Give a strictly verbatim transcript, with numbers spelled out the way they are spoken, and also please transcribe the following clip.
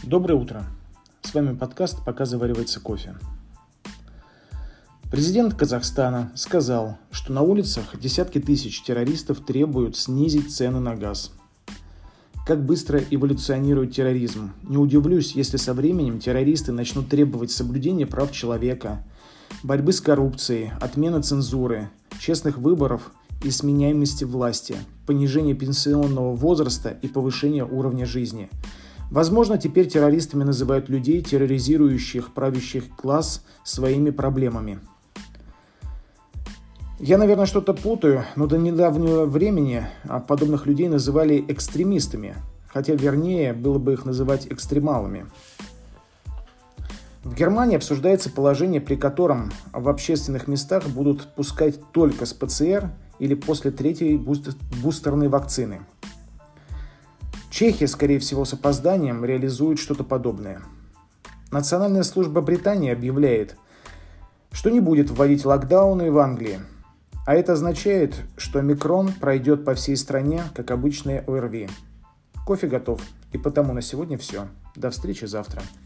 Доброе утро. С вами подкаст «Пока заваривается кофе». Президент Казахстана сказал, что на улицах десятки тысяч террористов требуют снизить цены на газ. Как быстро эволюционирует терроризм? Не удивлюсь, если со временем террористы начнут требовать соблюдения прав человека, борьбы с коррупцией, отмены цензуры, честных выборов и сменяемости власти, понижения пенсионного возраста и повышения уровня жизни. Возможно, теперь террористами называют людей, терроризирующих правящий класс своими проблемами. Я, наверное, что-то путаю, но до недавнего времени подобных людей называли экстремистами, хотя вернее было бы их называть экстремалами. В Германии обсуждается положение, при котором в общественных местах будут пускать только с ПЦР или после третьей бустерной вакцины. Чехия, скорее всего, с опозданием реализует что-то подобное. Национальная служба Британии объявляет, что не будет вводить локдауны в Англии. А это означает, что омикрон пройдет по всей стране, как обычное ОРВИ. Кофе готов. И потому на сегодня все. До встречи завтра.